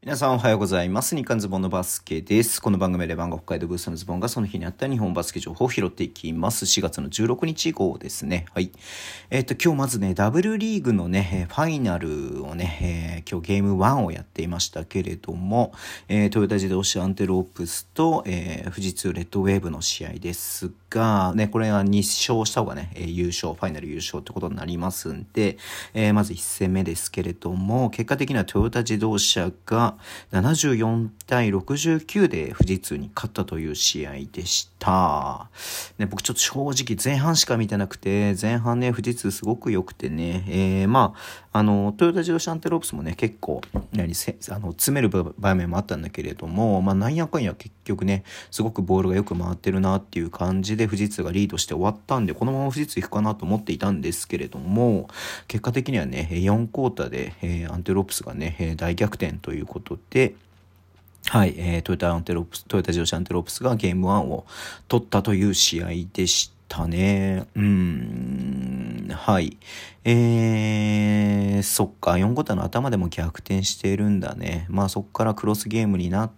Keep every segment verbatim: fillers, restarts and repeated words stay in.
皆さんおはようございます。日刊ズボンのバスケです。この番組で番が北海道ブースのズボンがその日にあった日本バスケ情報を拾っていきます。しがつのじゅうろくにち号ですね。はい。えっと、今日まずね、ダブルリーグのね、ファイナルをね、えー、今日ゲームワンをやっていましたけれども、えー、トヨタ自動車アンテロープスと、えー、富士通レッドウェーブの試合ですが、ね、これがに勝した方がね、優勝、ファイナル優勝ってことになりますんで、えー、まずいち戦目ですけれども、結果的にはトヨタ自動車がななじゅうよんたいろくじゅうきゅうで富士通に勝ったという試合でした。ね、僕ちょっと正直前半しか見てなくて、前半ね、富士通すごく良くてね、えー、まあ、あの、トヨタ自動車アンテロープスもね、結構、何せ、あの、詰める場面もあったんだけれども、まあ、なんやかんや結局ね、すごくボールがよく回ってるなっていう感じで富士通がリードして終わったんで、このまま富士通行くかなと思っていたんですけれども、結果的にはね、よんクォーターで、えー、アンテロープスがね、大逆転ということで、はい、えー、トヨタアンテロープス、トヨタ自動車アンテロープスがゲームワンを取ったという試合でしたね。うーん、はい。えー、そっか、よんクォーターの頭でも逆転しているんだね。まあそっからクロスゲームになって、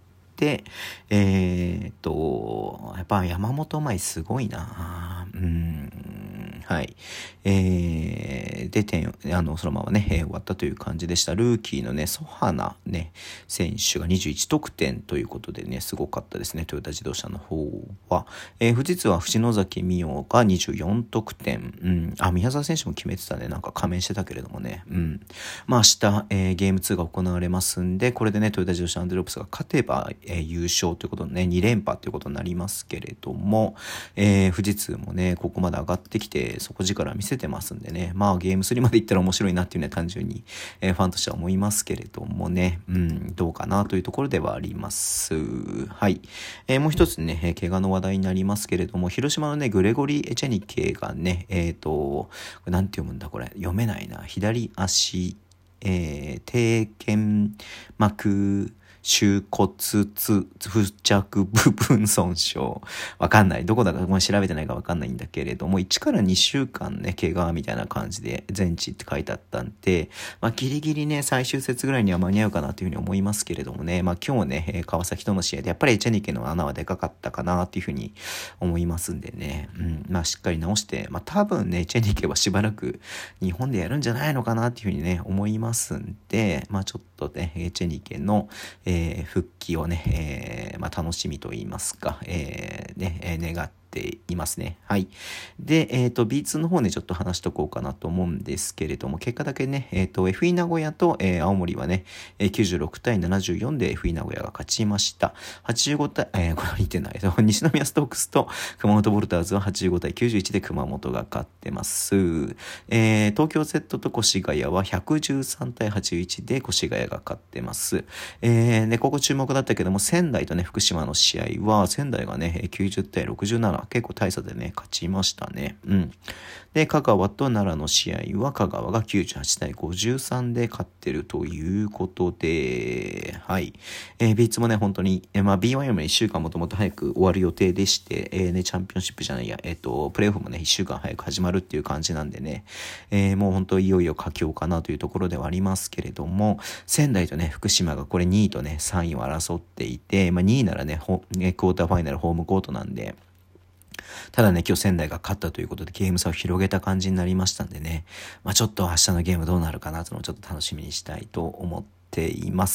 えーっと、やっぱ山本舞すごいな。うーん、はい。えー、で、点、あの、そのままね、えー、終わったという感じでした。ルーキーのね、ソハナね、選手がにじゅういち得点ということでね、すごかったですね、トヨタ自動車の方は。えー、富士通は藤野崎美桜がにじゅうよん得点。うん。あ、宮沢選手も決めてたね。なんか仮面してたけれどもね。うん。まあ明日、えー、ゲームツーが行われますんで、これでね、トヨタ自動車アンテロープスが勝てば、えー、優勝ということでね、に連覇ということになりますけれども、えー、富士通もね、ここまで上がってきて、底力見せてますんでね、まあゲームスリーまでいったら面白いなっていうね、単純に、えー、ファンとしては思いますけれどもね、うん、どうかなというところではあります。はい。えー、もう一つね、えー、怪我の話題になりますけれども、広島のね、グレゴリー・エチェニケがね、えっと、これなんて読むんだこれ、読めないな。左足、えー、低腱膜手骨つ付着部分損傷。わかんない。どこだかもう調べてないかわかんないんだけれども、いちからにしゅうかんね、怪我みたいな感じで全治って書いてあったんで、まあギリギリね、最終節ぐらいには間に合うかなというふうに思いますけれどもね、まあ今日ね、川崎との試合でやっぱりエチェニケの穴はでかかったかなっていうふうに思いますんでね、うん、まあしっかり直して、まあ多分ね、エチェニケはしばらく日本でやるんじゃないのかなっていうふうにね、思いますんで、まあちょっとね、エチェニケの、えー、復帰をね、えー、まあ楽しみと言いますか、えー、ね、えー、願ってていますね。はい。で、えっと、ビーツー の方ね、ちょっと話しとこうかなと思うんですけれども、結果だけね、えっと、エフイー 名古屋と、えー、青森はね、きゅうじゅうろくたいななじゅうよんで エフイー 名古屋が勝ちました。はちじゅうごたい、えー、これは似てない。西宮ストークスと熊本ボルターズははちじゅうごたいきゅうじゅういちで熊本が勝ってます。えー、東京セットと越谷はひゃくじゅうさんたいはちじゅういちで越谷が勝ってます。えー、で、ここ注目だったけども、仙台とね、福島の試合は、仙台がね、きゅうじゅうたいろくじゅうなな、結構大差でね、勝ちましたね。うん。で、香川と奈良の試合は、香川がきゅうじゅうはちたいごじゅうさんで勝ってるということで、はい。えー、ビーツもね、本当に、えー、まあ ビーワン よりもいっしゅうかんもともと早く終わる予定でして、えー、ね、チャンピオンシップじゃないや、えっと、プレイオフもね、いっしゅうかん早く始まるっていう感じなんでね、えー、もう本当いよいよ佳境かなというところではありますけれども、仙台とね、福島がこれにいとね、さんいを争っていて、まあにいならね、ほねクォーターファイナルホームコートなんで、ただね、今日仙台が勝ったということでゲーム差を広げた感じになりましたんでね、まあちょっと明日のゲームどうなるかなというのをちょっと楽しみにしたいと思っています。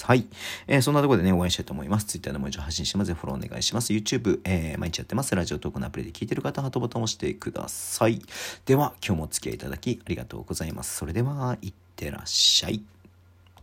はい。えー、そんなところでね、応援したいと思います。Twitter でも一応発信してますのでフォローお願いします。YouTube、えー、毎日やってます。ラジオトークのアプリで聞いてる方はハートボタンを押してください。では、今日もお付き合いいただきありがとうございます。それでは、いってらっしゃい。